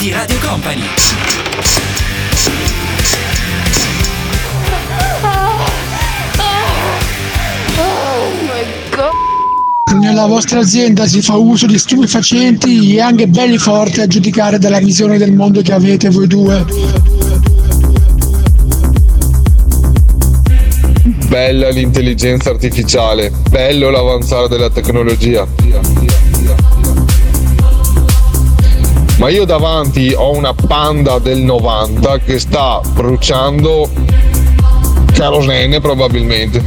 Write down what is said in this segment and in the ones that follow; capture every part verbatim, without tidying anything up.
di Radio Company. Nella vostra azienda si fa uso di stupefacenti e anche belli forti a giudicare dalla visione del mondo che avete voi due. Bella l'intelligenza artificiale, bello l'avanzare della tecnologia. Ma io davanti ho una Panda del novanta che sta bruciando kerosene probabilmente.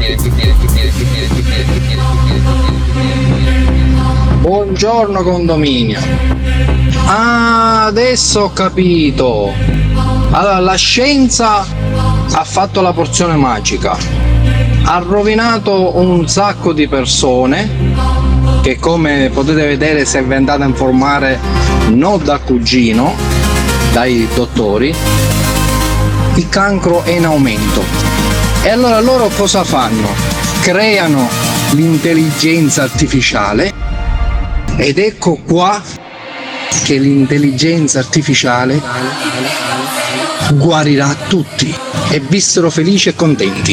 Buongiorno condominio. Ah, adesso ho capito. Allora, la scienza ha fatto la porzione magica. Ha rovinato un sacco di persone che, come potete vedere se vi andate a informare, non da cugino, dai dottori, il cancro è in aumento. E allora loro cosa fanno? Creano l'intelligenza artificiale ed ecco qua che l'intelligenza artificiale guarirà tutti e vissero felici e contenti.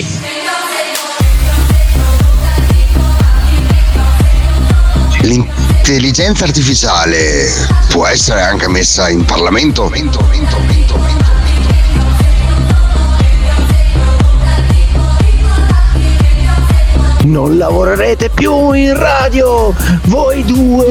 L'intelligenza artificiale può essere anche messa in Parlamento? Non lavorerete più in radio, voi due!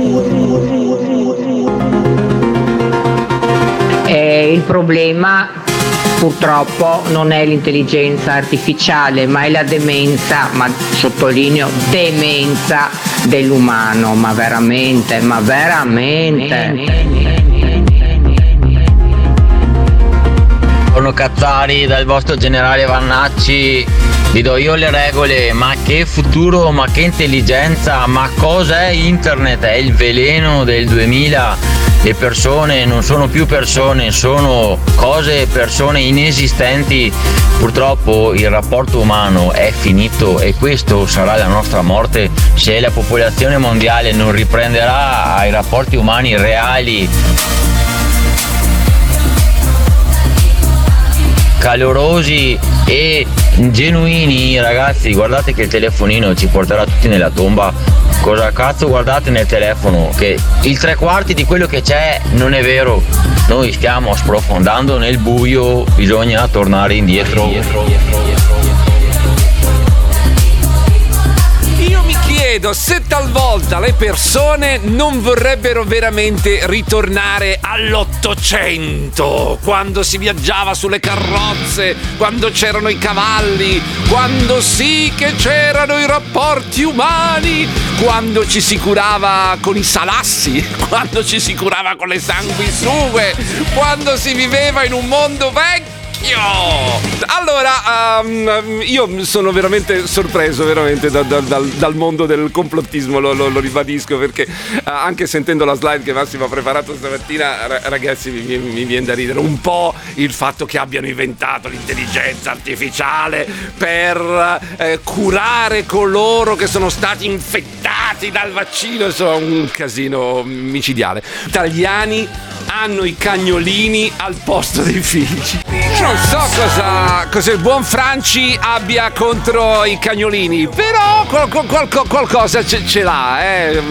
Eh, il problema purtroppo non è l'intelligenza artificiale, ma è la demenza, ma sottolineo demenza dell'umano, ma veramente, ma veramente. Buongiorno Cazzari, dal vostro generale Vannacci. Vi do io le regole, ma che futuro, ma che intelligenza, ma cos'è internet? È il veleno del duemila, le persone non sono più persone, sono cose, persone inesistenti. Purtroppo il rapporto umano è finito e questo sarà la nostra morte se la popolazione mondiale non riprenderà ai rapporti umani reali, calorosi e genuini. Ragazzi, guardate che il telefonino ci porterà tutti nella tomba. Cosa cazzo guardate nel telefono? Che il tre quarti di quello che c'è non è vero. Noi stiamo sprofondando nel buio, bisogna tornare indietro. indietro, indietro, indietro. Io mi chiedo se talvolta le persone non vorrebbero veramente ritornare all'Ottocento, quando si viaggiava sulle carrozze, quando c'erano i cavalli, quando sì che c'erano i rapporti umani, quando ci si curava con i salassi, quando ci si curava con le sanguisughe, quando si viveva in un mondo vecchio. Allora, um, io sono veramente sorpreso veramente da, da, dal, dal mondo del complottismo, lo, lo, lo ribadisco, perché uh, anche sentendo la slide che Massimo ha preparato stamattina, ra- ragazzi, mi, mi viene da ridere un po' il fatto che abbiano inventato l'intelligenza artificiale per eh, curare coloro che sono stati infettati dal vaccino. Insomma, un casino micidiale. Italiani hanno i cagnolini al posto dei figli. Non so cosa, cosa il buon Franci abbia contro i cagnolini, però qual, qual, qual, qualcosa ce, ce l'ha, eh.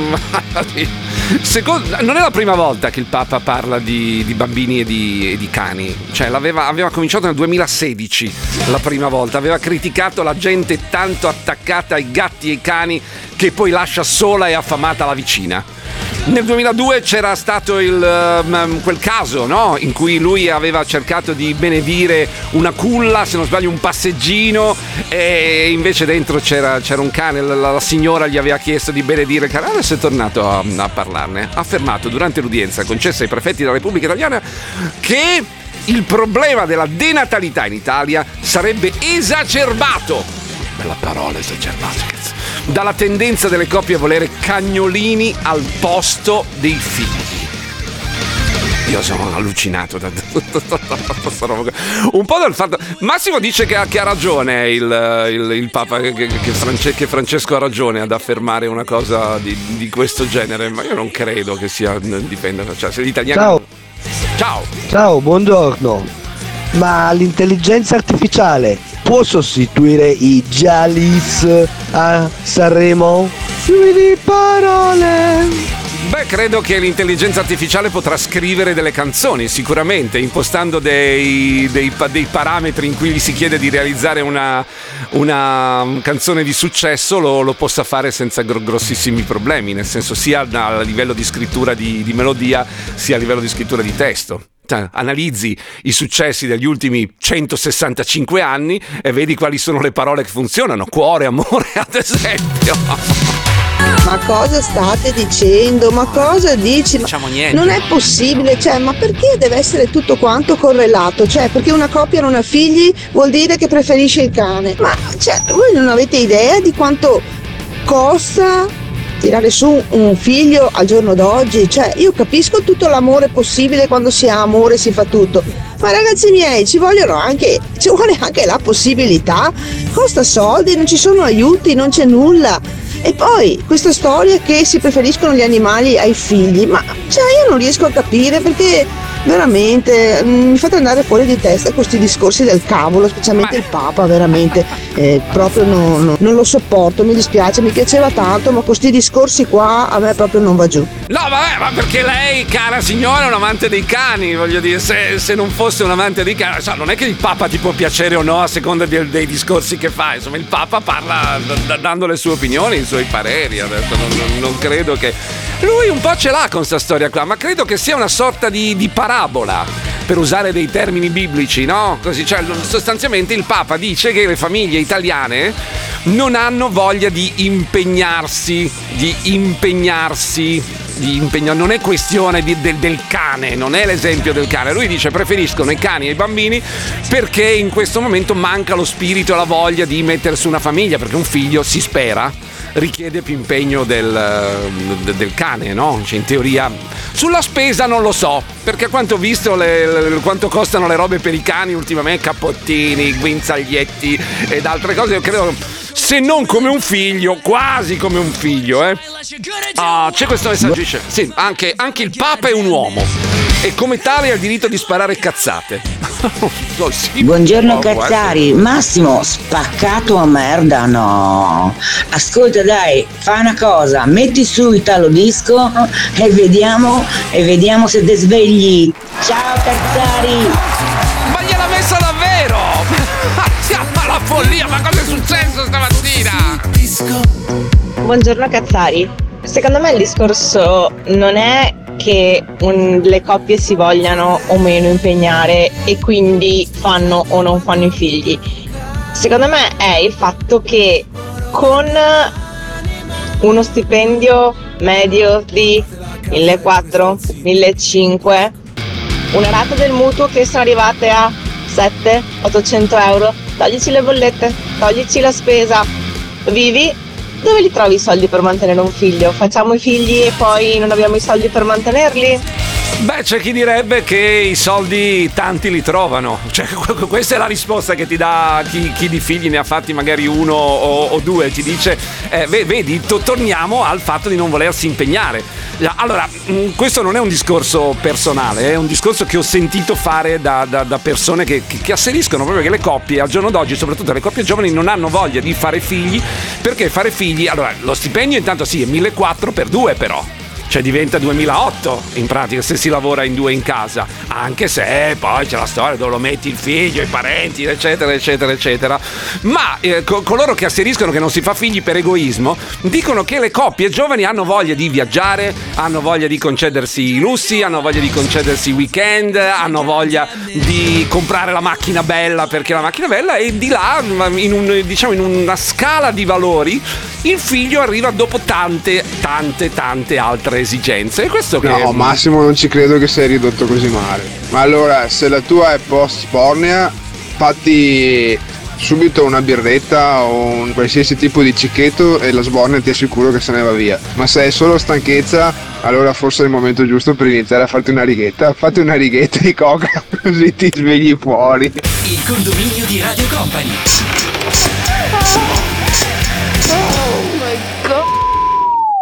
Secondo, non è la prima volta che il Papa parla di, di bambini e di, e di cani. Cioè l'aveva, aveva cominciato nel duemilasedici la prima volta, aveva criticato la gente tanto attaccata ai gatti e ai cani che poi lascia sola e affamata la vicina. Nel duemiladue c'era stato il, um, quel caso, no? In cui lui aveva cercato di benedire una culla, se non sbaglio un passeggino, e invece dentro c'era, c'era un cane. La, la signora gli aveva chiesto di benedire il cane. Adesso è tornato a, a parlarne. Ha affermato durante l'udienza concessa ai prefetti della Repubblica Italiana che il problema della denatalità in Italia sarebbe esacerbato, bella parola, esacerbato, cazzo, dalla tendenza delle coppie a volere cagnolini al posto dei figli. Io sono allucinato da questa roba. Un po' dal fatto. Massimo dice che ha, che ha ragione il, il, il Papa, che, che, France, che Francesco ha ragione ad affermare una cosa di, di questo genere, ma io non credo che sia dipenda. Cioè, se gli italiani. Ciao, Ciao. Ciao, buongiorno. Ma l'intelligenza artificiale può sostituire i Jalis a Sanremo? Di parole. Beh, credo che l'intelligenza artificiale potrà scrivere delle canzoni, sicuramente, impostando dei, dei, dei parametri in cui gli si chiede di realizzare una, una canzone di successo, lo, lo possa fare senza gr- grossissimi problemi, nel senso sia a livello di scrittura di, di melodia, sia a livello di scrittura di testo. Analizzi i successi degli ultimi centosessantacinque anni e vedi quali sono le parole che funzionano. Cuore, amore, ad esempio. Ma cosa state dicendo? Ma cosa dici? Non diciamo niente. Non è possibile, cioè, ma perché deve essere tutto quanto correlato? Cioè, perché una coppia non ha figli vuol dire che preferisce il cane. Ma cioè, voi non avete idea di quanto costa tirare su un figlio al giorno d'oggi? Cioè, io capisco tutto l'amore possibile, quando si ha amore si fa tutto, ma ragazzi miei, ci vogliono anche, ci vuole anche la possibilità. Costa soldi, non ci sono aiuti, non c'è nulla. E poi questa storia che si preferiscono gli animali ai figli, ma cioè io non riesco a capire, perché veramente mh, mi fate andare fuori di testa questi discorsi del cavolo, specialmente il Papa, veramente eh, proprio non, non, non lo sopporto, mi dispiace, mi piaceva tanto, ma questi discorsi qua a me proprio non va giù. No, vabbè, ma perché lei, cara signora, è un amante dei cani, voglio dire, se, se non fosse un amante dei cani, cioè, non è che il Papa ti può piacere o no a seconda dei, dei discorsi che fa, insomma, il Papa parla d- dando le sue opinioni, i suoi pareri, adesso non, non, non credo che... Lui un po' ce l'ha con sta storia qua, ma credo che sia una sorta di, di parabola, per usare dei termini biblici, no? Così, cioè, sostanzialmente il Papa dice che le famiglie italiane non hanno voglia di impegnarsi, di impegnarsi, di impegno. Non è questione di, del, del cane, non è l'esempio del cane. Lui dice preferiscono i cani ai bambini perché in questo momento manca lo spirito e la voglia di mettersi una famiglia, perché un figlio, si spera, richiede più impegno del, del cane, no? Cioè, in teoria sulla spesa non lo so, perché a quanto ho visto le, le, quanto costano le robe per i cani ultimamente, cappottini, guinzaglietti ed altre cose, io credo, se non come un figlio, quasi come un figlio, eh. Ah, c'è questo messaggio, dice, sì, anche, anche il Papa è un uomo e come tale ha il diritto di sparare cazzate. Oh, sì. Buongiorno Oh, Cazzari, guarda. Massimo, spaccato a merda, no. Ascolta dai, fai una cosa, metti su Italo Disco e vediamo, e vediamo se te svegli. Ciao Cazzari! Ma gliel'ha messa davvero! Siamo alla follia, ma cosa è successo stamattina? Buongiorno Cazzari, secondo me il discorso non è che un, le coppie si vogliano o meno impegnare e quindi fanno o non fanno i figli. Secondo me è il fatto che con uno stipendio medio di millequattrocento, millecinquecento, una rata del mutuo che sono arrivate a sette ottocento euro, toglici le bollette, toglici la spesa, vivi. Dove li trovi i soldi per mantenere un figlio? Facciamo i figli e poi non abbiamo i soldi per mantenerli? Beh, c'è chi direbbe che i soldi tanti li trovano, cioè questa è la risposta che ti dà chi, chi di figli ne ha fatti magari uno o, o due, ti dice eh, vedi, to- torniamo al fatto di non volersi impegnare. Allora, questo non è un discorso personale, è un discorso che ho sentito fare da, da, da persone che, che, che asseriscono proprio che le coppie al giorno d'oggi, soprattutto le coppie giovani, non hanno voglia di fare figli, perché fare figli, allora lo stipendio intanto sì è millequattrocento per due, però cioè diventa duemilaotto in pratica se si lavora in due in casa, anche se poi c'è la storia dove lo metti il figlio, i parenti, eccetera eccetera eccetera. Ma eh, co- coloro che asseriscono che non si fa figli per egoismo dicono che le coppie giovani hanno voglia di viaggiare, hanno voglia di concedersi i lussi, hanno voglia di concedersi i weekend, hanno voglia di comprare la macchina bella perché la macchina è bella, e di là in un, diciamo in una scala di valori il figlio arriva dopo tante tante tante altre esigenze. E questo che no, Massimo, non ci credo che sei ridotto così male. Ma allora, se la tua è post spornea, fatti subito una birretta o un qualsiasi tipo di cicchetto e la sbornia ti assicuro che se ne va via. Ma se è solo stanchezza, allora forse è il momento giusto per iniziare a farti una righetta. Fatti una righetta di coca così ti svegli fuori. Il condominio di Radio Company. Oh my god.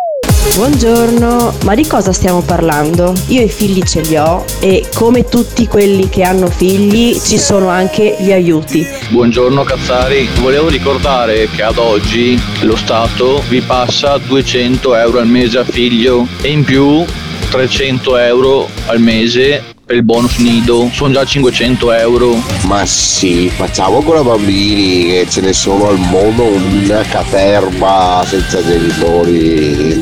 Buongiorno, ma di cosa stiamo parlando? Io i figli ce li ho e come tutti quelli che hanno figli ci sono anche gli aiuti. Buongiorno Cazzari, volevo ricordare che ad oggi lo Stato vi passa duecento euro al mese a figlio e in più trecento euro al mese per il bonus nido, sono già cinquecento euro. Ma sì, facciamo con i bambini che ce ne sono al mondo una caterba senza genitori.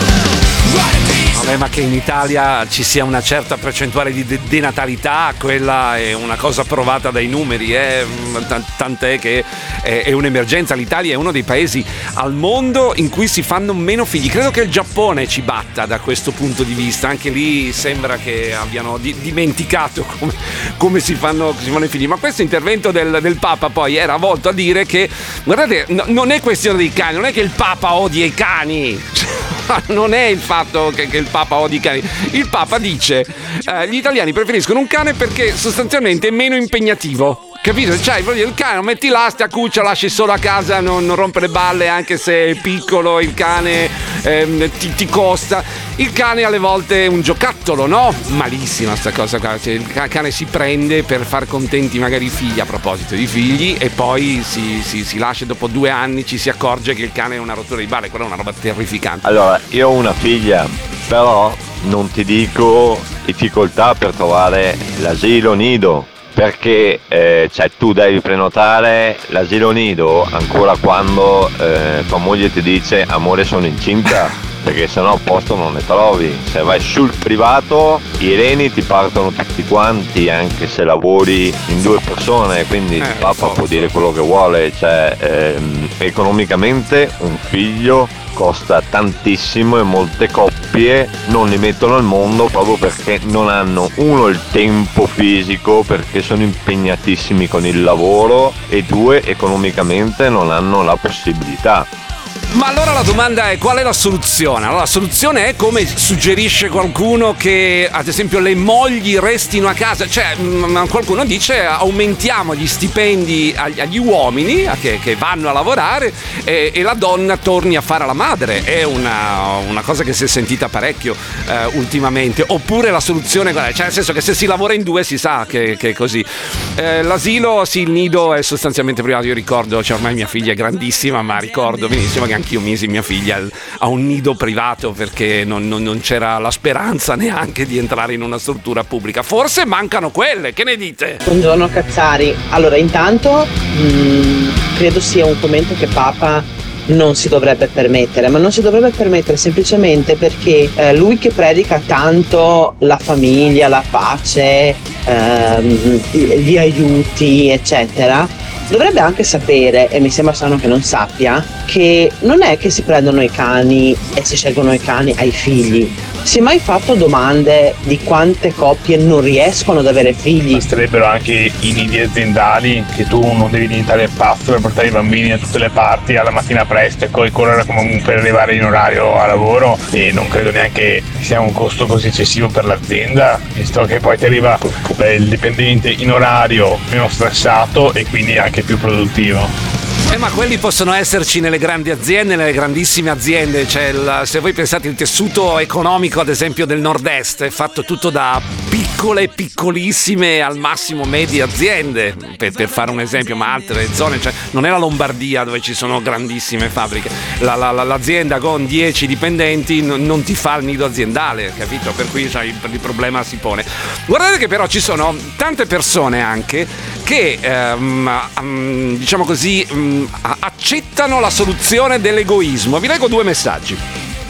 Vabbè, ma che in Italia ci sia una certa percentuale di de- denatalità, quella è una cosa provata dai numeri, eh? Tant'è che è, è un'emergenza. L'Italia è uno dei paesi al mondo in cui si fanno meno figli. Credo che il Giappone ci batta da questo punto di vista. Anche lì sembra che abbiano di- dimenticato come, come si, fanno, si fanno i figli. Ma questo intervento del, del Papa poi era volto a dire che, guardate, no, non è questione dei cani, non è che il Papa odia i cani. Non è il fatto che, che il Papa odia i cani. Il Papa dice eh, gli italiani preferiscono un cane perché sostanzialmente è meno impegnativo. Capito? Cioè, voglio dire, il cane lo metti là, sta cuccia, lasci solo a casa, non, non rompe le balle, anche se è piccolo, il cane ehm, ti, ti costa. Il cane alle volte è un giocattolo, no? Malissima sta cosa qua. Cioè, il cane si prende per far contenti magari i figli, a proposito di figli, e poi si, si, si lascia, dopo due anni ci si accorge che il cane è una rottura di balle. Quella è una roba terrificante. Allora, io ho una figlia, però non ti dico difficoltà per trovare l'asilo nido, perché eh, cioè, tu devi prenotare l'asilo nido ancora quando eh, tua moglie ti dice amore sono incinta, perché sennò posto non ne trovi. Se vai sul privato i reni ti partono tutti quanti, anche se lavori in due persone, quindi il papà può dire quello che vuole, cioè ehm, economicamente un figlio costa tantissimo e molte coppie non li mettono al mondo proprio perché non hanno, uno, il tempo fisico perché sono impegnatissimi con il lavoro, e due, economicamente non hanno la possibilità. Ma allora la domanda è: qual è la soluzione? Allora, la soluzione è, come suggerisce qualcuno, che ad esempio le mogli restino a casa. Cioè, mh, qualcuno dice aumentiamo gli stipendi agli, agli uomini che, che vanno a lavorare e, e la donna torni a fare la madre. È una, una cosa che si è sentita parecchio eh, ultimamente. Oppure la soluzione, cioè nel senso che se si lavora in due si sa che, che è così. Eh, l'asilo, sì, il nido è sostanzialmente privato. Io ricordo, cioè ormai mia figlia è grandissima, ma ricordo benissimo che anch'io misi mia figlia a un nido privato perché non, non, non c'era la speranza neanche di entrare in una struttura pubblica. Forse mancano quelle, che ne dite? Buongiorno Cazzari. Allora, intanto mh, credo sia un commento che Papa non si dovrebbe permettere, ma non si dovrebbe permettere semplicemente perché eh, lui che predica tanto la famiglia, la pace, ehm, gli aiuti, eccetera, dovrebbe anche sapere, e mi sembra strano che non sappia, che non è che si prendono i cani e si scelgono i cani ai figli. Si è mai fatto domande di quante coppie non riescono ad avere figli? Basterebbero anche i nidi aziendali, che tu non devi diventare pazzo per portare i bambini da tutte le parti alla mattina presto e poi correre come per arrivare in orario a lavoro, e non credo neanche sia un costo così eccessivo per l'azienda, visto che poi ti arriva beh, il dipendente in orario meno stressato e quindi anche più produttivo. Eh, ma quelli possono esserci nelle grandi aziende, nelle grandissime aziende. Cioè, il, se voi pensate, il tessuto economico ad esempio del nord-est è fatto tutto da piccole, piccolissime, al massimo medie aziende, per, per fare un esempio, ma altre zone, cioè non è la Lombardia dove ci sono grandissime fabbriche. La, la, la, l'azienda con dieci dipendenti non, non ti fa il nido aziendale, capito? Per cui cioè, il, il problema si pone. Guardate che però ci sono tante persone anche che ehm, um, diciamo così um, accettano la soluzione dell'egoismo. Vi leggo due messaggi.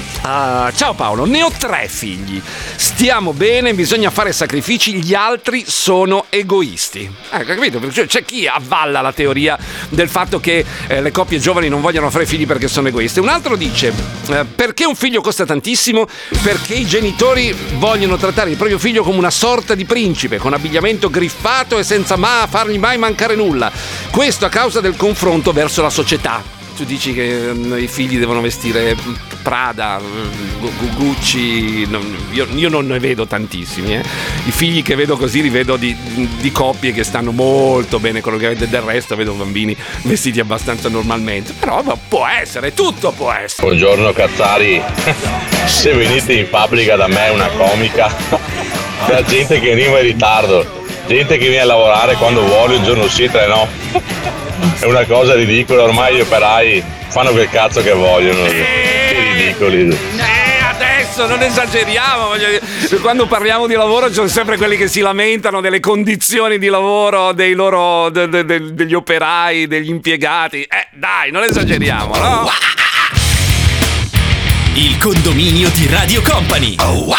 Uh, ciao Paolo, ne ho tre figli, stiamo bene, bisogna fare sacrifici, gli altri sono egoisti. Eh, capito? C'è chi avvalla la teoria del fatto che eh, le coppie giovani non vogliono fare figli perché sono egoiste. Un altro dice eh, perché un figlio costa tantissimo? Perché i genitori vogliono trattare il proprio figlio come una sorta di principe, con abbigliamento griffato e senza ma fargli mai mancare nulla. Questo a causa del confronto verso la società. tu dici che um, i figli devono vestire Prada, Gucci, non, io, io non ne vedo tantissimi, eh. I figli che vedo così li vedo di, di coppie che stanno molto bene con lo che del resto vedo bambini vestiti abbastanza normalmente, però può essere, tutto può essere. Buongiorno Cazzari, se venite in fabbrica da me è una comica, la gente che arriva in ritardo, gente che viene a lavorare quando vuole, il giorno sì, tre no, è una cosa ridicola, ormai gli operai fanno quel cazzo che vogliono, che ridicoli. Eh, adesso non esageriamo, voglio dire. Quando parliamo di lavoro ci sono sempre quelli che si lamentano delle condizioni di lavoro dei loro de, de, de, degli operai, degli impiegati. Eh, dai, non esageriamo, no? Il condominio di Radio Company.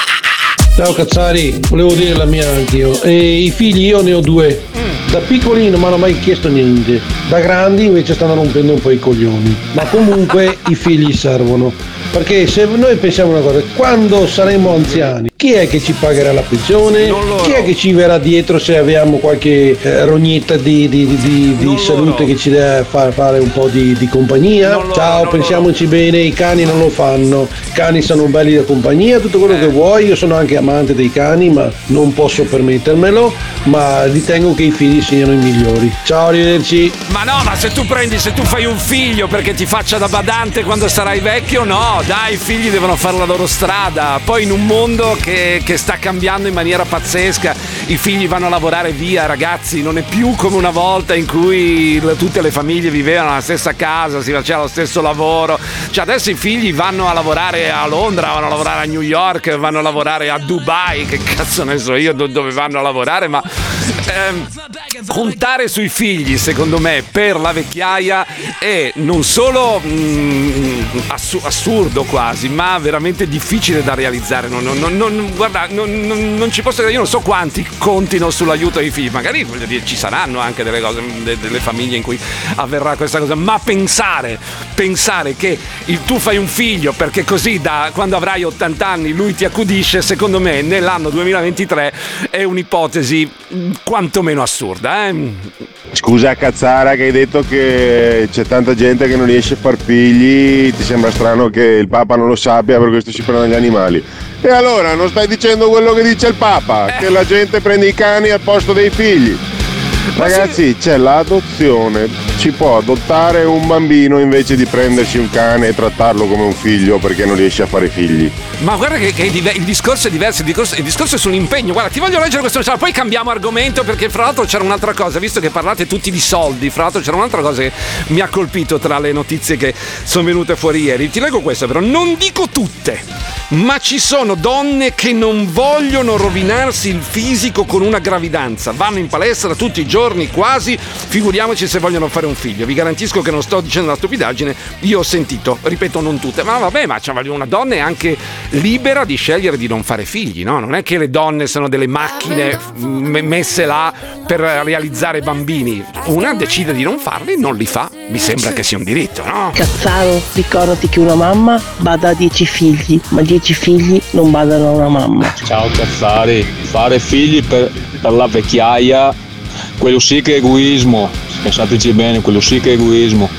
Ciao Cazzari, volevo dire la mia anch'io. E i figli io ne ho due. Da piccoli non mi hanno mai chiesto niente. Da grandi invece stanno rompendo un po' i coglioni. Ma comunque i figli servono. Perché se noi pensiamo una cosa, quando saremo anziani, chi è che ci pagherà la pensione? Chi è che ci verrà dietro se abbiamo qualche eh, rognetta di, di, di, di salute che ci deve far fare un po' di, di compagnia? Loro, Ciao, pensiamoci bene, i cani non lo fanno. I cani sono belli da compagnia, tutto quello eh. che vuoi. Io sono anche amante dei cani, ma non posso permettermelo. Ma ritengo che i figli siano i migliori. Ciao, arrivederci. Ma no, ma se tu prendi, se tu fai un figlio perché ti faccia da badante quando sarai vecchio, no. Dai, i figli devono fare la loro strada. Poi in un mondo che, che sta cambiando in maniera pazzesca, i figli vanno a lavorare via, ragazzi. Non è più come una volta in cui le, tutte le famiglie vivevano nella stessa casa, si faceva lo stesso lavoro. Cioè adesso i figli vanno a lavorare a Londra, vanno a lavorare a New York, vanno a lavorare a Dubai, che cazzo ne so io dove vanno a lavorare, ma ehm, contare sui figli secondo me per la vecchiaia è non solo mh, assu- assurdo quasi, ma veramente difficile da realizzare. Non, non, non, guarda, non, non, non ci posso dire, io non so quanti contino sull'aiuto ai figli, magari voglio dire, ci saranno anche delle cose, delle famiglie in cui avverrà questa cosa, ma pensare pensare che il, tu fai un figlio perché così da quando avrai ottanta anni lui ti accudisce, secondo me nell'anno duemilaventitré è un'ipotesi quantomeno assurda, eh? Scusa Cazzara, che hai detto che c'è tanta gente che non riesce a far figli, ti sembra strano che il Papa non lo sappia, per questo si prendono gli animali. E allora non stai dicendo quello che dice il Papa, eh. che la gente prende i cani al posto dei figli? Ragazzi, c'è l'adozione, si può adottare un bambino invece di prendersi un cane e trattarlo come un figlio perché non riesce a fare figli. Ma guarda che, che il discorso è diverso, il discorso, il discorso è sull'impegno. Guarda, ti voglio leggere questo messaggio, poi cambiamo argomento, perché fra l'altro c'era un'altra cosa, visto che parlate tutti di soldi, fra l'altro c'era un'altra cosa che mi ha colpito tra le notizie che sono venute fuori ieri. Ti leggo questa, però non dico tutte, ma ci sono donne che non vogliono rovinarsi il fisico con una gravidanza, vanno in palestra tutti i giorni quasi, figuriamoci se vogliono fare un figlio. Vi garantisco che non sto dicendo una stupidaggine, io ho sentito, ripeto, non tutte, ma vabbè, ma cioè, una donna è anche libera di scegliere di non fare figli, no? Non è che le donne sono delle macchine m- messe là per realizzare bambini. Una decide di non farli, non li fa, mi sembra che sia un diritto, no? Cazzaro, ricordati che una mamma bada a dieci figli, ma dieci figli non badano a una mamma. Ciao Cazzari, fare figli per, per la vecchiaia, quello sì che è egoismo, pensateci bene, quello sì che è egoismo.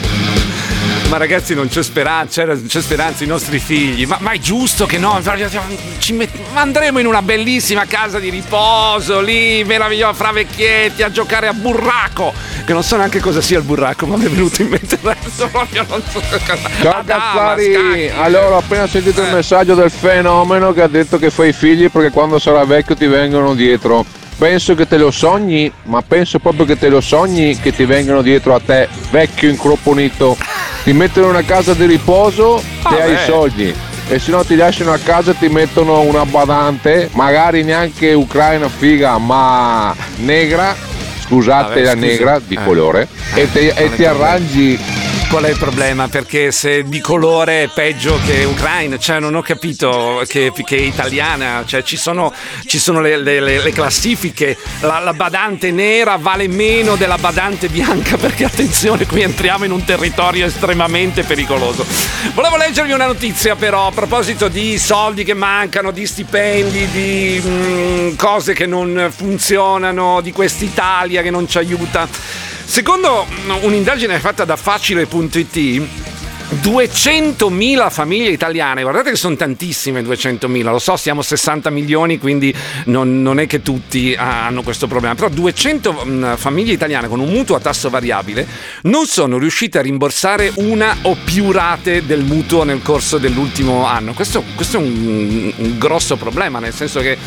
Ma ragazzi, non c'è speranza, c'è speranza, i nostri figli, ma, ma è giusto che no, ci met- andremo in una bellissima casa di riposo lì, meravigliosa, fra vecchietti, a giocare a burraco, che non so neanche cosa sia il burraco, ma mi è venuto in mente adesso proprio, non so cosa. Ciao Cazzari, allora ho appena sentito il messaggio del fenomeno che ha detto che fai figli perché quando sarai vecchio ti vengono dietro. Penso che te lo sogni, ma penso proprio che te lo sogni che ti vengono dietro a te, vecchio incroponito. Ti mettono in una casa di riposo ah, e hai i soldi, e se no ti lasciano a casa e ti mettono una badante, magari neanche ucraina figa, ma negra, scusate, Vabbè, la negra di eh. colore, eh, e, te, e ti arrangi. Qual è il problema? Perché se di colore è peggio che ucraina, cioè non ho capito che, che è italiana, cioè ci sono, ci sono le, le, le classifiche, la, la badante nera vale meno della badante bianca, perché attenzione, qui entriamo in un territorio estremamente pericoloso. Volevo leggervi una notizia però a proposito di soldi che mancano, di stipendi, di mh, cose che non funzionano, di quest'Italia che non ci aiuta. Secondo un'indagine fatta da facile punto it, duecentomila famiglie italiane, guardate che sono tantissime, duecentomila, lo so, siamo sessanta milioni, quindi non, non è che tutti hanno questo problema, però duecento famiglie italiane con un mutuo a tasso variabile non sono riuscite a rimborsare una o più rate del mutuo nel corso dell'ultimo anno. Questo, questo è un, un grosso problema, nel senso che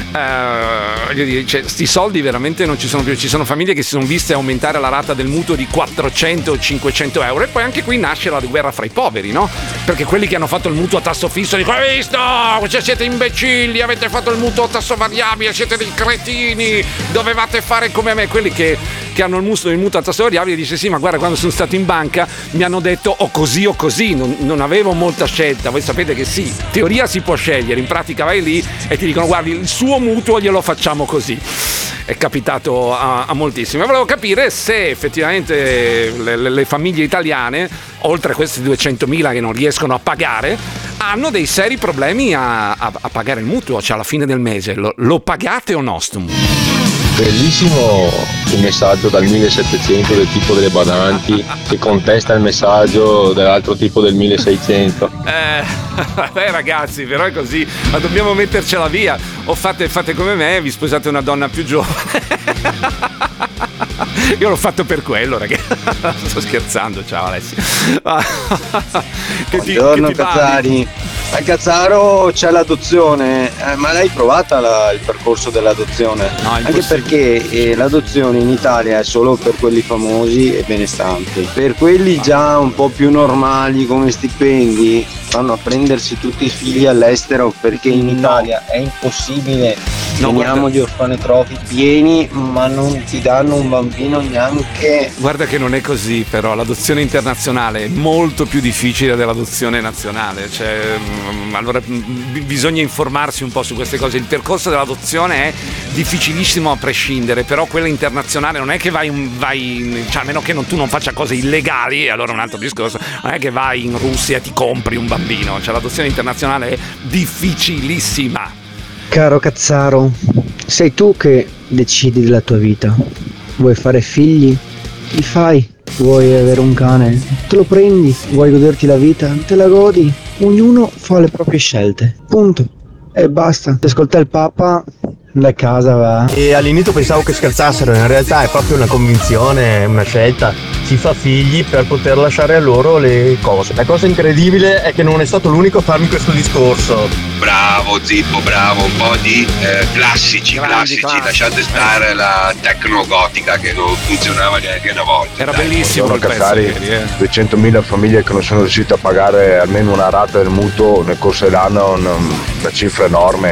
eh, dire, cioè, sti soldi veramente non ci sono più. Ci sono famiglie che si sono viste aumentare la rata del mutuo di quattrocento o cinquecento euro, e poi anche qui nasce la guerra fra i poveri, no? Perché quelli che hanno fatto il mutuo a tasso fisso dicono: hai visto? Cioè, siete imbecilli, avete fatto il mutuo a tasso variabile, siete dei cretini, dovevate fare come me. Quelli che, che hanno il mutuo, il mutuo a tasso variabile dice: sì, ma guarda, quando sono stato in banca mi hanno detto o così o così, non, non avevo molta scelta. Voi sapete che sì, teoria si può scegliere, in pratica vai lì e ti dicono: guardi, il suo mutuo glielo facciamo così. È capitato a, a moltissimi. Volevo capire se effettivamente le, le, le famiglie italiane, oltre a questi duecentomila che non riescono a pagare, hanno dei seri problemi a, a, a pagare il mutuo, cioè alla fine del mese. Lo, lo pagate o no sto mutuo? Bellissimo il messaggio dal millesettecento del tipo delle badanti che contesta il messaggio dell'altro tipo del milleseicento. Eh, vabbè ragazzi, però è così, ma dobbiamo mettercela via. O fate, fate come me, vi sposate una donna più giovane. Io l'ho fatto per quello, ragazzi. Sto scherzando, ciao Alessia. Che ti, Buongiorno che ti Cazzari. A Cazzaro c'è l'adozione, eh, ma l'hai provata la, il percorso dell'adozione? No, anche perché eh, l'adozione in Italia è solo per quelli famosi e benestanti. Per quelli già un po' più normali come stipendi vanno a prendersi tutti i figli all'estero, perché in Italia è impossibile. No, Teniamo guarda. gli orfanotrofi pieni, ma non ti danno un bambino neanche. Guarda che non è così, però l'adozione internazionale è molto più difficile dell'adozione nazionale. Cioè, mh, allora b- bisogna informarsi un po' su queste cose. Il percorso dell'adozione è difficilissimo a prescindere, però quella internazionale non è che vai, un, vai cioè, a meno che non, tu non faccia cose illegali, allora è un altro discorso. Non è che vai in Russia e ti compri un bambino. Cioè, l'adozione internazionale è difficilissima. Caro Cazzaro, sei tu che decidi della tua vita. Vuoi fare figli? Li fai. Vuoi avere un cane? Te lo prendi. Vuoi goderti la vita? Te la godi. Ognuno fa le proprie scelte. Punto. E basta. Se ascolta il Papa, la casa va. E all'inizio pensavo che scherzassero, in realtà è proprio una convinzione, una scelta. Si fa figli per poter lasciare a loro le cose. La cosa incredibile è che non è stato l'unico a farmi questo discorso. Bravo Zippo, bravo, un po' di eh, classici, Grandi classici, classici. lasciate stare la tecnogotica che non funzionava neanche una volta. Era dai. bellissimo il pezzo Cazzari, ieri, eh. duecentomila famiglie che non sono riuscite a pagare almeno una rata del mutuo nel corso dell'anno, una, una cifra enorme.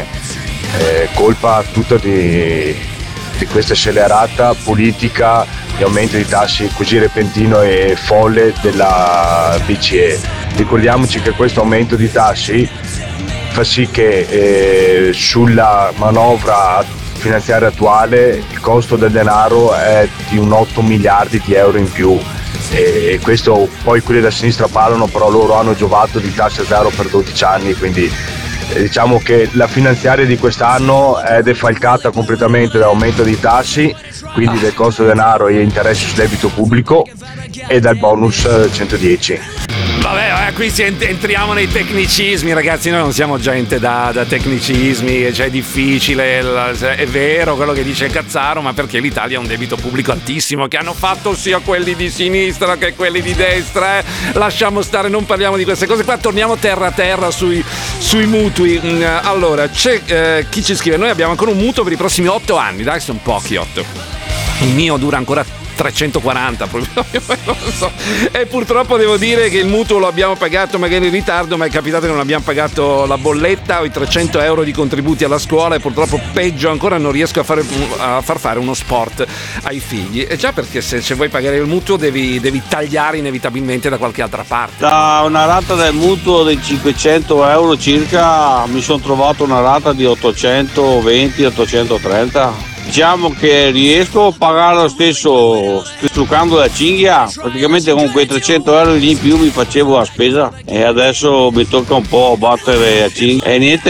È colpa tutta di, di questa scellerata politica di aumento di tassi così repentino e folle della B C E. Ricordiamoci che questo aumento di tassi fa sì che eh, sulla manovra finanziaria attuale il costo del denaro è di un otto miliardi di euro in più, e questo poi quelli da sinistra parlano, però loro hanno giovato di tasse zero per dodici anni, quindi eh, diciamo che la finanziaria di quest'anno è defalcata completamente dall'aumento dei tassi, quindi del costo del denaro e interessi sul debito pubblico, e dal bonus eh, centodieci. Vabbè, eh, qui si ent- entriamo nei tecnicismi, ragazzi. Noi non siamo gente da, da tecnicismi, cioè è difficile, la- è vero quello che dice Cazzaro, ma perché l'Italia ha un debito pubblico altissimo che hanno fatto sia quelli di sinistra che quelli di destra, eh. Lasciamo stare, non parliamo di queste cose qua, torniamo terra a terra sui, sui mutui. Mm, allora, c'è eh, chi ci scrive: noi abbiamo ancora un mutuo per i prossimi otto anni, dai, sono pochi otto. Il mio dura ancora trecentoquaranta proprio, non lo so. E purtroppo devo dire che il mutuo lo abbiamo pagato magari in ritardo, ma è capitato che non abbiamo pagato la bolletta o i trecento euro di contributi alla scuola, e purtroppo peggio ancora non riesco a, fare, a far fare uno sport ai figli. E già perché se, se vuoi pagare il mutuo devi, devi tagliare inevitabilmente da qualche altra parte. Da una rata del mutuo di cinquecento euro circa mi sono trovato una rata di ottocentoventi ottocentotrenta. Diciamo che riesco a pagare lo stesso truccando la cinghia, praticamente con quei trecento euro in più mi facevo la spesa, e adesso mi tocca un po' battere la cinghia e niente,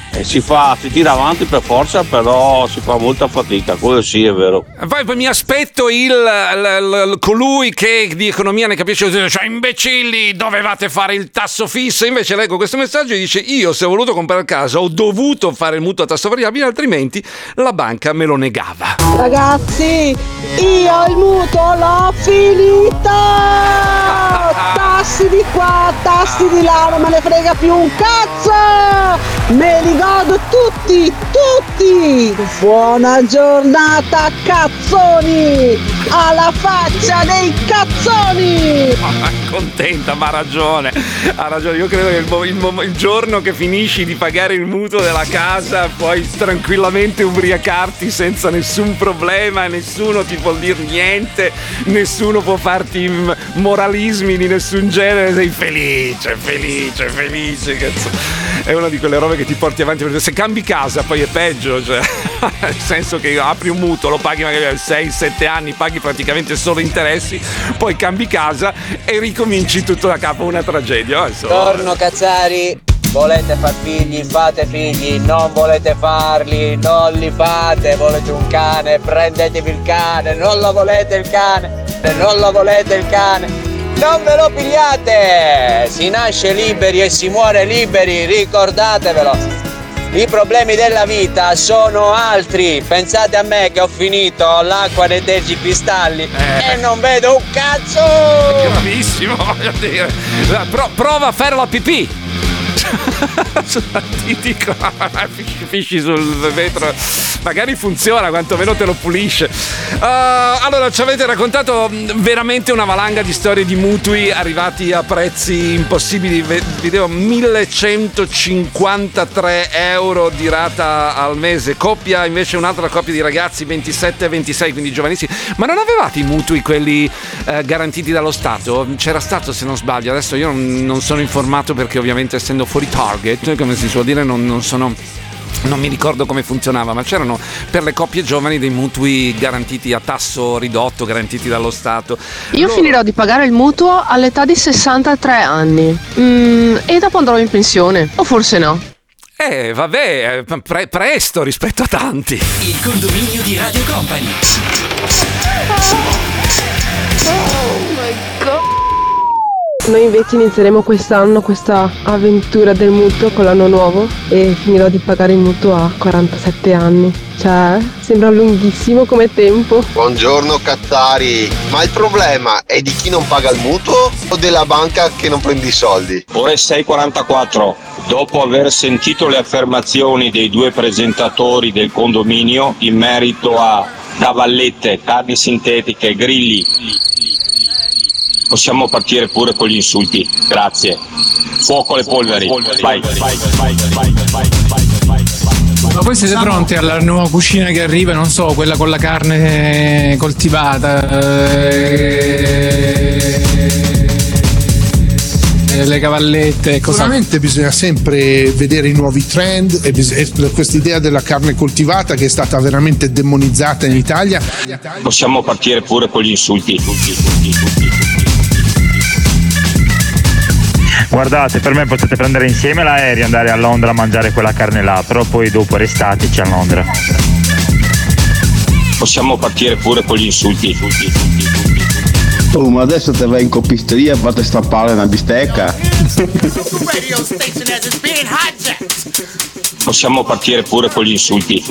E si fa, si tira avanti per forza, però si fa molta fatica, quello sì è vero. Poi, poi mi aspetto il, il, il colui che di economia ne capisce, cioè imbecilli, dovevate fare il tasso fisso. Invece leggo questo messaggio e dice: io se ho voluto comprare casa ho dovuto fare il mutuo a tasso variabile, altrimenti la banca me lo negava. Ragazzi, io il mutuo l'ho finito! Tassi di qua, tassi di là, non me ne frega più un cazzo! Me li godo tutti, tutti! Buona giornata, cazzoni! Alla faccia dei cazzoni! Contenta, ma ha ragione, ha ragione. Io credo che il, il, il giorno che finisci di pagare il mutuo della casa puoi tranquillamente ubriacarti senza nessun problema, nessuno ti può dire niente, nessuno può farti moralismi di nessun genere, sei felice, felice, felice, cazzo. È una di quelle robe che ti porti avanti, perché se cambi casa poi è peggio, cioè nel senso che apri un mutuo, lo paghi magari sei sette anni, paghi praticamente solo interessi, poi cambi casa e ricominci tutto da capo, una tragedia. Buongiorno Cazzari, volete far figli, fate figli, non volete farli, non li fate, volete un cane, prendetevi il cane, non lo volete il cane, non lo volete il cane. Non ve lo pigliate! Si nasce liberi e si muore liberi, ricordatevelo! I problemi della vita sono altri. Pensate a me che ho finito l'acqua nei tergicristalli eh. e non vedo un cazzo! Gravissimo, voglio dire. Pro- prova a fare la pipì! Ti dico, fisci sul vetro, magari funziona, quantomeno te lo pulisce. Uh, allora, ci avete raccontato veramente una valanga di storie di mutui arrivati a prezzi impossibili. Vedevo millecentocinquantatré euro di rata al mese. Coppia, invece, un'altra coppia di ragazzi ventisette ventisei, quindi giovanissimi. Ma non avevate i mutui quelli eh, garantiti dallo Stato? C'era stato, se non sbaglio. Adesso io non, non sono informato, perché ovviamente essendo fuori target, come si suol dire, non, non sono non mi ricordo come funzionava, ma c'erano per le coppie giovani dei mutui garantiti a tasso ridotto, garantiti dallo Stato. Io Loro... finirò di pagare il mutuo all'età di sessantatré anni mm, e dopo andrò in pensione, o forse no. Eh vabbè, pre- presto rispetto a tanti. Il condominio di Radio Company. Oh my god. Noi invece inizieremo quest'anno questa avventura del mutuo con l'anno nuovo e finirò di pagare il mutuo a quarantasette anni. Cioè, sembra lunghissimo come tempo. Buongiorno Cazzari, ma il problema è di chi non paga il mutuo o della banca che non prende i soldi? Ore sei e quarantaquattro, dopo aver sentito le affermazioni dei due presentatori del condominio in merito a cavallette, carni sintetiche, grilli, possiamo partire pure con gli insulti. Grazie. Fuoco alle polveri. Vai. Ma voi siete pronti alla nuova cucina che arriva? Non so, quella con la carne coltivata, eh, le cavallette. Sicuramente bisogna sempre vedere i nuovi trend e bis- questa idea della carne coltivata, che è stata veramente demonizzata in Italia. Possiamo partire pure con gli insulti. Guardate, per me potete prendere insieme l'aereo e andare a Londra a mangiare quella carne là, però poi dopo restateci a Londra. Possiamo partire pure con gli insulti. Oh, ma adesso te vai in copisteria e fate strappare una bistecca. Possiamo partire pure con gli insulti.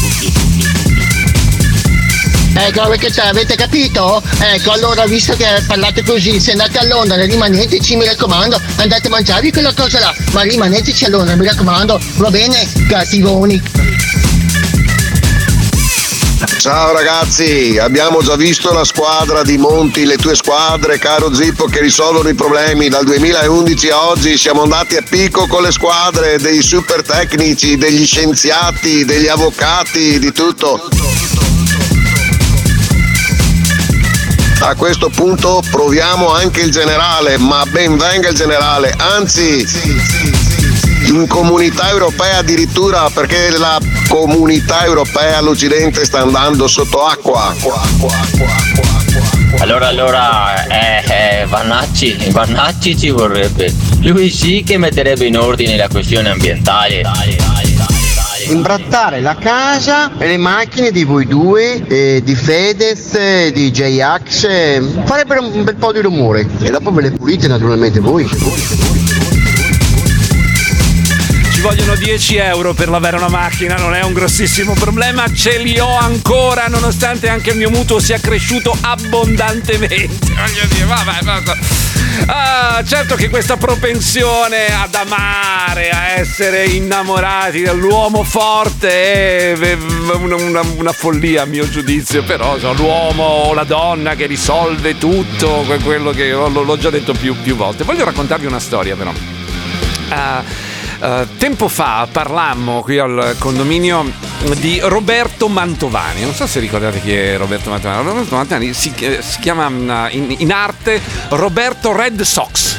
Ecco, perché c'è, avete capito? Ecco, allora, visto che parlate così, se andate a Londra rimaneteci, mi raccomando, andate a mangiarvi quella cosa là, ma rimaneteci a Londra, mi raccomando, va bene, cattivoni. Ciao ragazzi, abbiamo già visto la squadra di Monti, le tue squadre, caro Zippo, che risolvono i problemi. Dal duemilaundici a oggi siamo andati a picco con le squadre dei super tecnici, degli scienziati, degli avvocati, di tutto. A questo punto proviamo anche il generale, ma ben venga il generale, anzi in comunità europea addirittura, perché la comunità europea all'Occidente sta andando sotto acqua. Allora, allora, eh, eh, Vannacci, Vannacci ci vorrebbe. Lui sì che metterebbe in ordine la questione ambientale. imbrattare la casa e le macchine di voi due, eh, di Fedez, eh, di J-Ax, eh, farebbero un bel po' di rumore e dopo ve le pulite naturalmente voi. Ci vogliono dieci euro per lavare una macchina, non è un grossissimo problema, ce li ho ancora nonostante anche il mio mutuo sia cresciuto abbondantemente. Voglio dire, vabbè, basta. Ah, certo che questa propensione ad amare, a essere innamorati dell'uomo forte è una, una, una follia a mio giudizio, però so, l'uomo o la donna che risolve tutto, quello che l'ho già detto più, più volte. Voglio raccontarvi una storia però. Uh, Uh, tempo fa parlammo qui al condominio di Roberto Mantovani. Non so se ricordate chi è Roberto Mantovani. Roberto Mantovani si, eh, si chiama in, in arte Roberto Red Sox.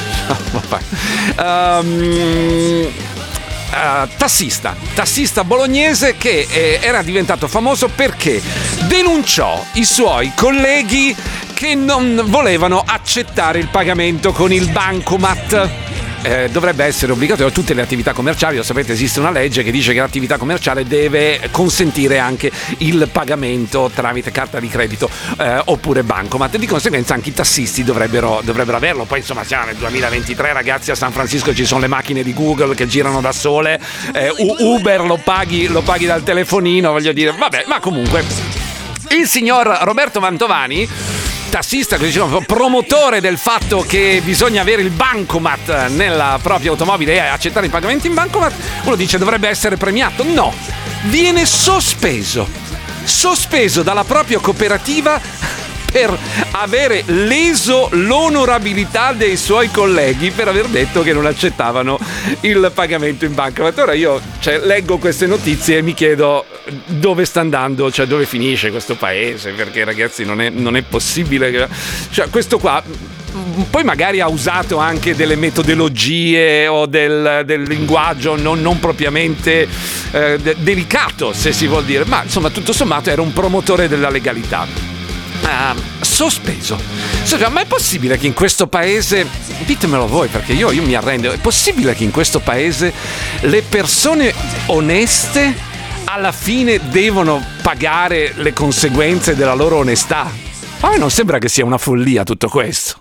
um, Uh, tassista, tassista bolognese che eh, era diventato famoso perché denunciò i suoi colleghi che non volevano accettare il pagamento con il bancomat. Eh, dovrebbe essere obbligatorio a tutte le attività commerciali. Lo sapete, esiste una legge che dice che l'attività commerciale deve consentire anche il pagamento tramite carta di credito eh, oppure bancomat. Di conseguenza anche i tassisti dovrebbero, dovrebbero averlo. Poi insomma siamo nel duemilaventitré, ragazzi, a San Francisco ci sono le macchine di Google che girano da sole, eh, Uber lo paghi, lo paghi dal telefonino, voglio dire, vabbè, ma comunque il signor Roberto Mantovani, tassista, diciamo, promotore del fatto che bisogna avere il bancomat nella propria automobile e accettare i pagamenti in bancomat, uno dice dovrebbe essere premiato. No, viene sospeso sospeso dalla propria cooperativa per avere leso l'onorabilità dei suoi colleghi per aver detto che non accettavano il pagamento in bancomat. Ora io cioè, leggo queste notizie e mi chiedo dove sta andando, cioè dove finisce questo paese, perché ragazzi non è, non è possibile che, cioè questo qua poi magari ha usato anche delle metodologie o del, del linguaggio non, non propriamente eh, de- delicato, se si vuol dire, ma insomma tutto sommato era un promotore della legalità. Uh, sospeso. Ma è possibile che in questo paese, ditemelo voi perché io, io mi arrendo, è possibile che in questo paese le persone oneste alla fine devono pagare le conseguenze della loro onestà? A me non sembra che sia una follia tutto questo.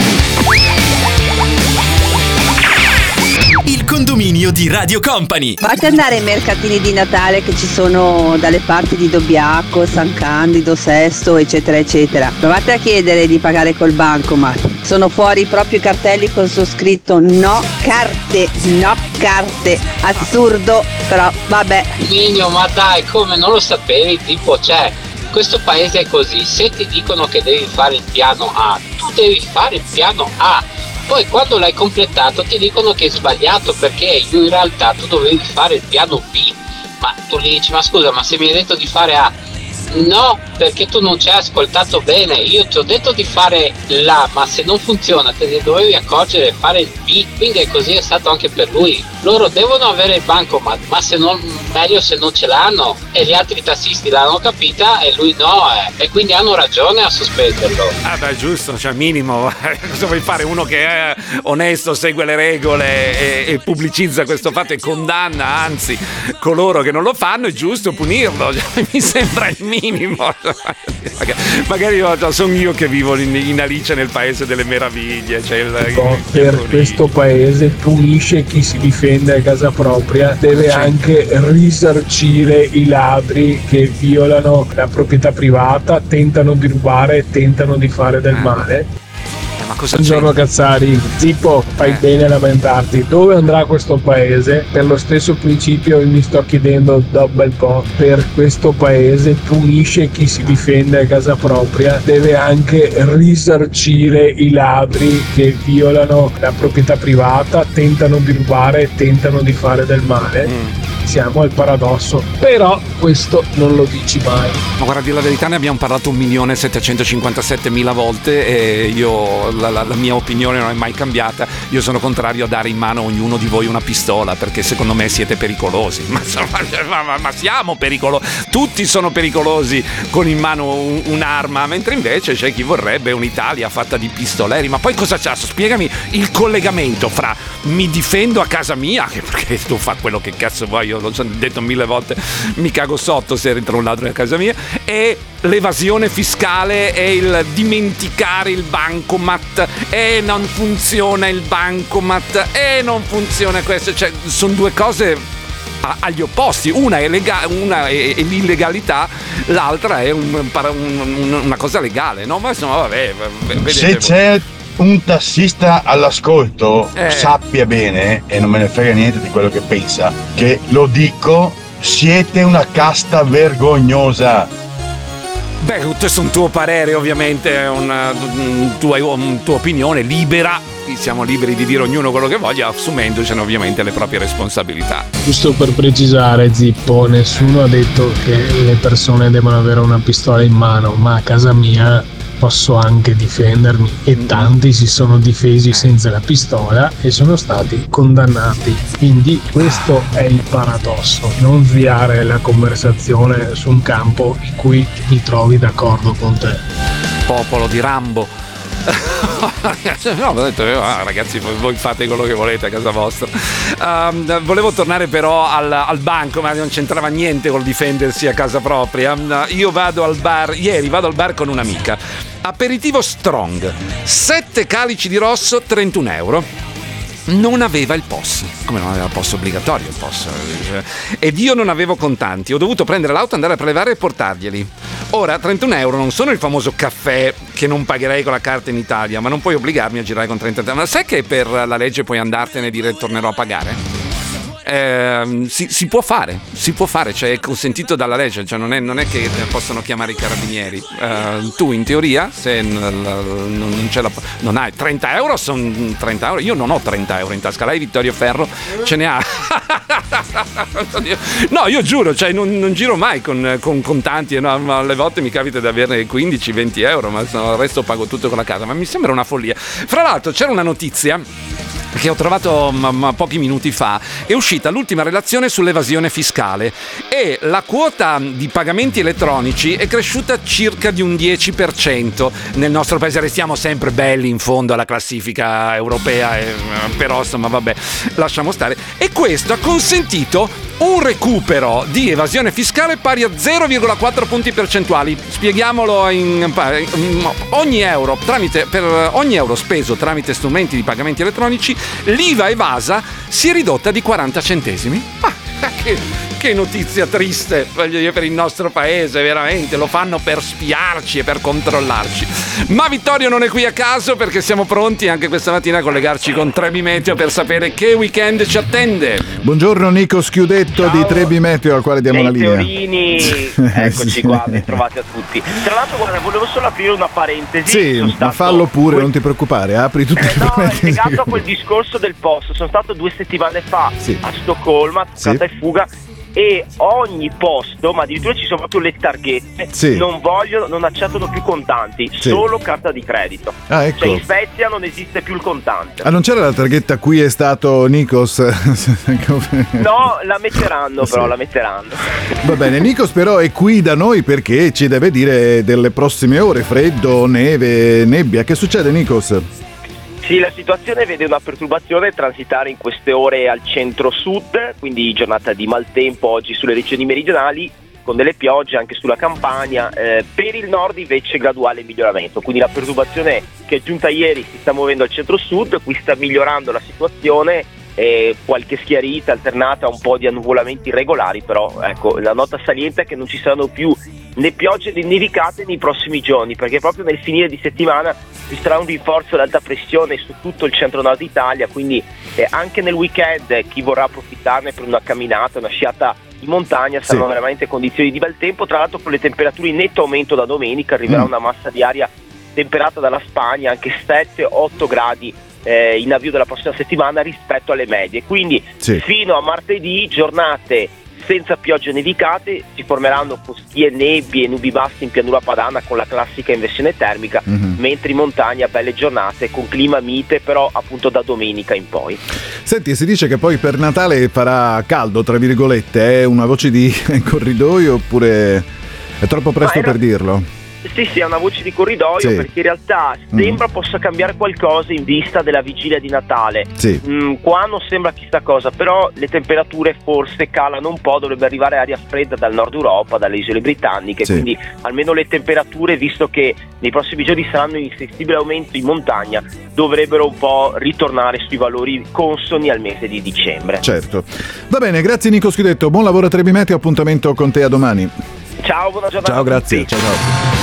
Il condominio di Radio Company. Fate andare ai mercatini di Natale che ci sono dalle parti di Dobbiaco, San Candido, Sesto, eccetera eccetera. Provate a chiedere di pagare col bancomat. Sono fuori proprio i cartelli con su scritto no carte, no carte. Assurdo, però vabbè. Nino, ma dai, come non lo sapevi? Tipo, cioè, questo paese è così. Se ti dicono che devi fare il piano A, tu devi fare il piano A. Poi quando l'hai completato ti dicono che è sbagliato perché in realtà tu dovevi fare il piano B. Ma tu gli dici, ma scusa, ma se mi hai detto di fare A? No, perché tu non ci hai ascoltato bene. Io ti ho detto di fare l'A, ma se non funziona te ne dovevi accorgere e fare il B. Quindi è così è stato anche per lui. Loro devono avere il bancomat, ma se non, meglio se non ce l'hanno. E gli altri tassisti l'hanno capita e lui no, eh. E quindi hanno ragione a sospenderlo. Ah beh, giusto, cioè minimo. Cosa vuoi fare? Uno che è onesto, segue le regole e, e pubblicizza questo fatto e condanna, anzi, coloro che non lo fanno, è giusto punirlo. Mi sembra il minimo. Magari io, sono io che vivo in, in Alice nel paese delle meraviglie, cioè il, il, per il questo paese punisce chi si difende a casa propria, deve sì. anche risarcire i ladri che violano la proprietà privata, tentano di rubare, tentano di fare del male. Ma cosa Buongiorno Cazzari, Zippo, fai eh. bene a lamentarti. Dove andrà questo paese? Per lo stesso principio mi sto chiedendo da un bel po'. Per questo paese punisce chi si difende a casa propria, deve anche risarcire i ladri che violano la proprietà privata, tentano di rubare, tentano di fare del male. Mm. Siamo al paradosso, però questo non lo dici mai. Ma guarda, a dire la verità, ne abbiamo parlato un milione settecentocinquantasettemila volte e io la, la, la mia opinione non è mai cambiata. Io sono contrario a dare in mano a ognuno di voi una pistola perché secondo me siete pericolosi. Ma, ma, ma, ma siamo pericolosi, tutti sono pericolosi con in mano un, un'arma, mentre invece c'è chi vorrebbe un'Italia fatta di pistoleri. Ma poi cosa c'è? Spiegami il collegamento fra mi difendo a casa mia, che perché tu fa quello che cazzo vuoi, io l'ho già detto mille volte, mi cago sotto se entra un ladro a casa mia, e l'evasione fiscale e il dimenticare il bancomat, e non funziona il bancomat, e non funziona questo, cioè sono due cose agli opposti, una è, lega- una è, è l'illegalità, l'altra è un, un, una cosa legale, no? Ma insomma vabbè, vedete se voi. c'è un tassista all'ascolto, Eh. sappia bene, e non me ne frega niente di quello che pensa, che lo dico, siete una casta vergognosa. Beh, questo è un tuo parere, ovviamente, è una, un tua, una tua opinione libera, siamo liberi di dire ognuno quello che voglia, assumendocene ovviamente le proprie responsabilità. Giusto per precisare, Zippo, nessuno ha detto che le persone devono avere una pistola in mano, ma a casa mia posso anche difendermi, e tanti si sono difesi senza la pistola e sono stati condannati. Quindi questo è il paradosso, non sviare la conversazione su un campo in cui ti trovi d'accordo con te. Popolo di Rambo. No, ho detto, ah, ragazzi, voi fate quello che volete a casa vostra. Um, volevo tornare però al, al banco, ma non c'entrava niente col difendersi a casa propria. Uh, io vado al bar, ieri vado al bar con un'amica. Aperitivo strong, sette calici di rosso, trentuno euro. Non aveva il P O S, come non aveva il P O S obbligatorio il P O S, ed io non avevo contanti, ho dovuto prendere l'auto, andare a prelevare e portarglieli. Ora trentuno euro non sono il famoso caffè che non pagherei con la carta in Italia, ma non puoi obbligarmi a girare con trenta euro. Ma sai che per la legge puoi andartene e dire tornerò a pagare? Eh, si, si può fare, si può fare, cioè è consentito dalla legge, cioè non è, non è che possono chiamare i carabinieri. Eh, tu in teoria, se n- l- non, c'è la, non hai trenta euro, sono trenta euro. Io non ho trenta euro in tasca, lei Vittorio Ferro ce ne ha. No, io giuro, cioè non, non giro mai con, con contanti, no, ma alle volte mi capita di averne quindici venti euro, ma il resto pago tutto con la casa, ma mi sembra una follia. Fra l'altro c'era una notizia che ho trovato ma, ma pochi minuti fa, è uscita l'ultima relazione sull'evasione fiscale e la quota di pagamenti elettronici è cresciuta circa di un dieci per cento nel nostro paese. Restiamo sempre belli in fondo alla classifica europea, eh, però insomma vabbè, lasciamo stare. E questo ha consentito un recupero di evasione fiscale pari a zero virgola quattro punti percentuali. Spieghiamolo in, in ogni euro tramite per ogni euro speso tramite strumenti di pagamenti elettronici, l'I V A evasa si è ridotta di quaranta centesimi. Ah, che, che notizia triste, voglio dire, per il nostro paese, veramente lo fanno per spiarci e per controllarci. Ma Vittorio non è qui a caso, perché siamo pronti anche questa mattina a collegarci con Trebi Meteo per sapere che weekend ci attende. Buongiorno Nico Schiudetto. Ciao. Di Trebi Meteo, al quale diamo Sei la linea. Teorini, eccoci sì. Qua, ben trovati a tutti. Tra l'altro, guarda, volevo solo aprire una parentesi. Sì, ma stato... fallo pure, quel... non ti preoccupare, apri tutti eh, i No, è legato a quel discorso del post. Sono stato due settimane fa sì. a Stoccolma, toccata sì. e fuga, e ogni posto, ma addirittura ci sono proprio le targhette, sì. non vogliono, non accettano più contanti, sì. solo carta di credito. Ah, ecco. Cioè in Svezia non esiste più il contante. Ah, non c'era la targhetta qui è stato Nikos? No, la metteranno, però sì. la metteranno. Va bene, Nikos però è qui da noi perché ci deve dire delle prossime ore, freddo, neve, nebbia. Che succede, Nikos? Sì, la situazione vede una perturbazione transitare in queste ore al centro-sud, quindi giornata di maltempo oggi sulle regioni meridionali, con delle piogge anche sulla Campania. Eh, per il nord invece graduale miglioramento, quindi la perturbazione che è giunta ieri si sta muovendo al centro-sud, qui sta migliorando la situazione, eh, qualche schiarita alternata a un po' di annuvolamenti irregolari, però ecco, la nota saliente è che non ci saranno più né piogge né nevicate nei prossimi giorni, perché proprio nel finire di settimana ci sarà un rinforzo d'alta pressione su tutto il centro-nord Italia, quindi eh, anche nel weekend eh, chi vorrà approfittarne per una camminata, una sciata in montagna saranno sì. veramente condizioni di bel tempo, tra l'altro con le temperature in netto aumento da domenica, arriverà mm. una massa di aria temperata dalla Spagna, anche sette otto gradi eh, in avvio della prossima settimana rispetto alle medie, quindi sì. fino a martedì giornate senza piogge nevicate, si formeranno fostie, nebbie e nubi basse in pianura padana con la classica inversione termica, mm-hmm. mentre in montagna belle giornate con clima mite, però appunto da domenica in poi. Senti, si dice che poi per Natale farà caldo, tra virgolette, è una voce di corridoio oppure è troppo presto per dirlo? Sì, sì, è una voce di corridoio, Sì. perché in realtà sembra possa cambiare qualcosa in vista della vigilia di Natale. Sì. Mm, qua non sembra chissà cosa, però le temperature forse calano un po', dovrebbe arrivare aria fredda dal nord Europa, dalle isole britanniche, Sì. quindi almeno le temperature, visto che nei prossimi giorni saranno in sensibile aumento in montagna, dovrebbero un po' ritornare sui valori consoni al mese di dicembre. Certo. Va bene, grazie Nico Schidetto, buon lavoro a Trebimeteo, appuntamento con te a domani. Ciao, buona giornata. Ciao, a grazie. tutti. Ciao, ciao.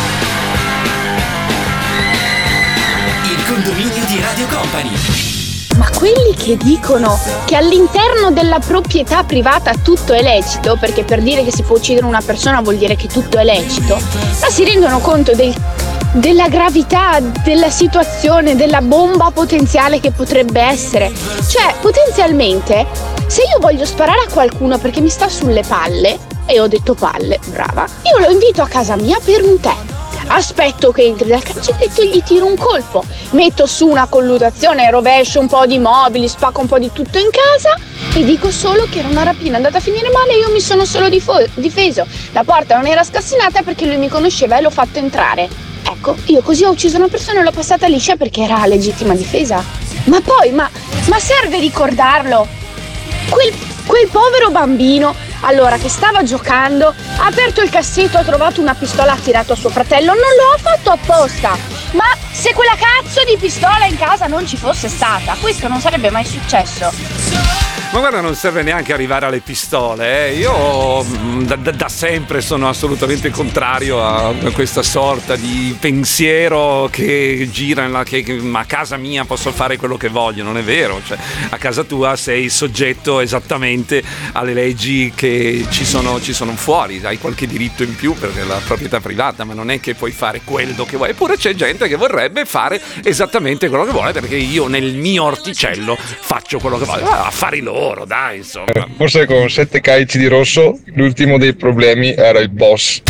Il condominio di Radio Company. Ma quelli che dicono che all'interno della proprietà privata tutto è lecito, perché per dire che si può uccidere una persona vuol dire che tutto è lecito, ma si rendono conto del, della gravità della situazione, della bomba potenziale che potrebbe essere? Cioè, potenzialmente, se io voglio sparare a qualcuno perché mi sta sulle palle, e ho detto palle, brava, io lo invito a casa mia per un tè. Aspetto che entri dal cancelletto e gli tiro un colpo, metto su una colluttazione, rovescio un po' di mobili, spacco un po' di tutto in casa e dico solo che era una rapina andata a finire male e io mi sono solo difo- difeso. La porta non era scassinata perché lui mi conosceva e l'ho fatto entrare. Ecco, io così ho ucciso una persona e l'ho passata liscia perché era legittima difesa. Ma poi, ma, ma serve ricordarlo? Quel, quel povero bambino, allora, che stava giocando, ha aperto il cassetto, ha trovato una pistola, ha tirato a suo fratello, non lo ha fatto apposta. Ma se quella cazzo di pistola in casa non ci fosse stata, questo non sarebbe mai successo. Ma guarda, non serve neanche arrivare alle pistole, eh. Io da, da, da sempre sono assolutamente contrario a questa sorta di pensiero che gira nella, che, che a casa mia posso fare quello che voglio. Non è vero, cioè, a casa tua sei soggetto esattamente alle leggi che ci sono, ci sono fuori, hai qualche diritto in più perché è la proprietà privata, ma non è che puoi fare quello che vuoi. Eppure c'è gente che vorrebbe fare esattamente quello che vuole, perché io nel mio orticello faccio quello che voglio. Ah, affari loro, dai, insomma. Forse con sette calici di rosso l'ultimo dei problemi era il boss.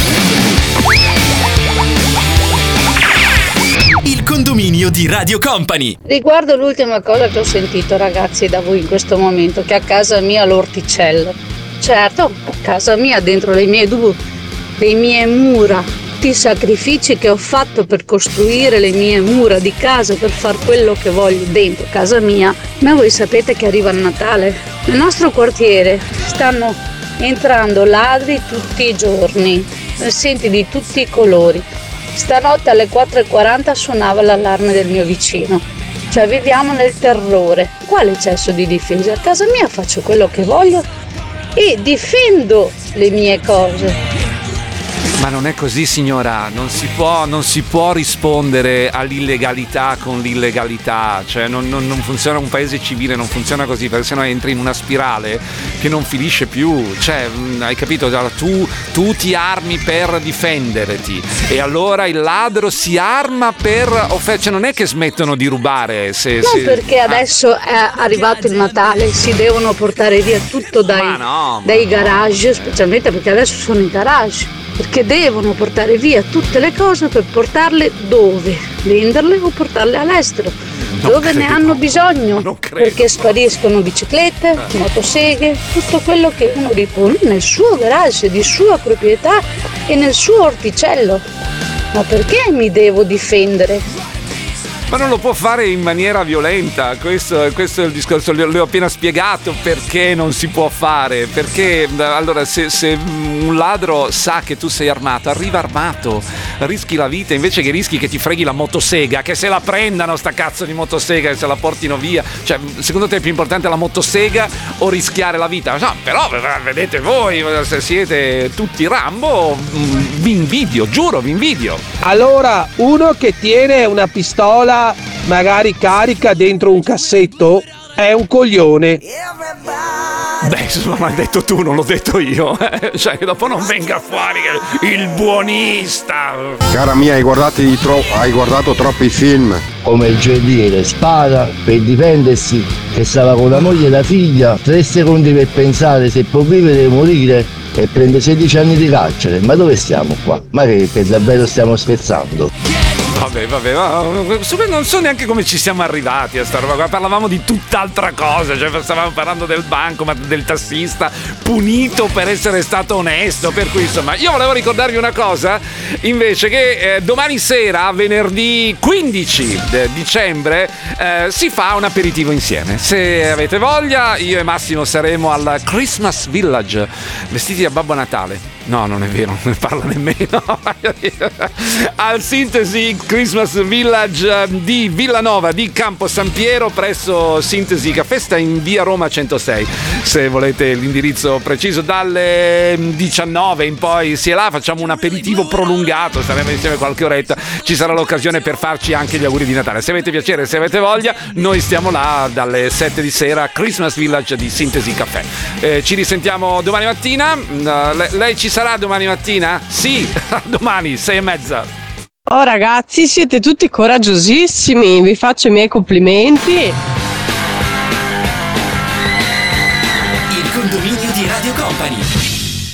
Il condominio di Radio Company. Riguardo l'ultima cosa che ho sentito, ragazzi, da voi in questo momento, che a casa mia l'orticello. Certo, a casa mia, dentro le mie due, le mie mura, tutti i sacrifici che ho fatto per costruire le mie mura di casa, per far quello che voglio dentro casa mia. Ma voi sapete che arriva il Natale. Nel nostro quartiere stanno entrando ladri tutti i giorni, ne senti di tutti i colori. Stanotte alle quattro e quaranta suonava l'allarme del mio vicino. Cioè viviamo nel terrore. Quale eccesso di difesa? A casa mia faccio quello che voglio e difendo le mie cose. Ma non è così, signora, non si può, non si può rispondere all'illegalità con l'illegalità, cioè non, non, non funziona, un paese civile non funziona così, perché sennò entri in una spirale che non finisce più, cioè hai capito, allora, tu, tu ti armi per difenderti e allora il ladro si arma per offendere, cioè non è che smettono di rubare se, No, se... perché adesso è arrivato il Natale, si devono portare via tutto dai, no, dai garage, specialmente perché adesso sono i garage. Perché devono portare via tutte le cose per portarle dove? Venderle o portarle all'estero? Non dove credo. ne hanno bisogno? Perché spariscono biciclette, motoseghe, tutto quello che uno ripone nel suo garage, di sua proprietà e nel suo orticello. Ma perché mi devo difendere? Ma non lo può fare in maniera violenta, questo, questo è il discorso, le, le ho appena spiegato perché non si può fare, perché allora se, se un ladro sa che tu sei armato, arriva armato, rischi la vita invece che rischi che ti freghi la motosega, che se la prendano sta cazzo di motosega e se la portino via, cioè secondo te è più importante la motosega o rischiare la vita? No, però vedete voi, se siete tutti Rambo, vi invidio, giuro, vi invidio. Allora, uno che tiene una pistola magari carica dentro un cassetto è un coglione. Beh, insomma, l'hai detto tu, non l'ho detto io. Cioè, che dopo non venga fuori il buonista. Cara mia, hai guardato, tro- hai guardato troppi film. Come il gioielliere spara per difendersi, che stava con la moglie e la figlia, tre secondi per pensare se può vivere o morire e prende sedici anni di carcere. Ma dove stiamo qua? Ma che per davvero stiamo scherzando? Vabbè, vabbè, vabbè, non so neanche come ci siamo arrivati a sta roba. Parlavamo di tutt'altra cosa, cioè stavamo parlando del banco, ma del tassista punito per essere stato onesto. Per cui insomma, io volevo ricordarvi una cosa invece, che eh, domani sera, venerdì quindici dicembre, eh, si fa un aperitivo insieme. Se avete voglia, io e Massimo saremo al Christmas Village, vestiti da Babbo Natale. No, non è vero, non ne parla nemmeno. Al Sintesi Christmas Village di Villanova di Campo San Piero, presso Sintesi Caffè, sta in via Roma centosei. Se volete l'indirizzo preciso, dalle diciannove in poi si è là, facciamo un aperitivo prolungato, staremo insieme qualche oretta, ci sarà l'occasione per farci anche gli auguri di Natale. Se avete piacere, se avete voglia, noi stiamo là dalle sette di sera, Christmas Village di Sintesi Caffè. Eh, ci risentiamo domani mattina. Uh, le- lei ci sarà domani mattina? Sì, domani sei e mezza. Oh ragazzi, siete tutti coraggiosissimi, vi faccio i miei complimenti. Il condominio di Radio Company.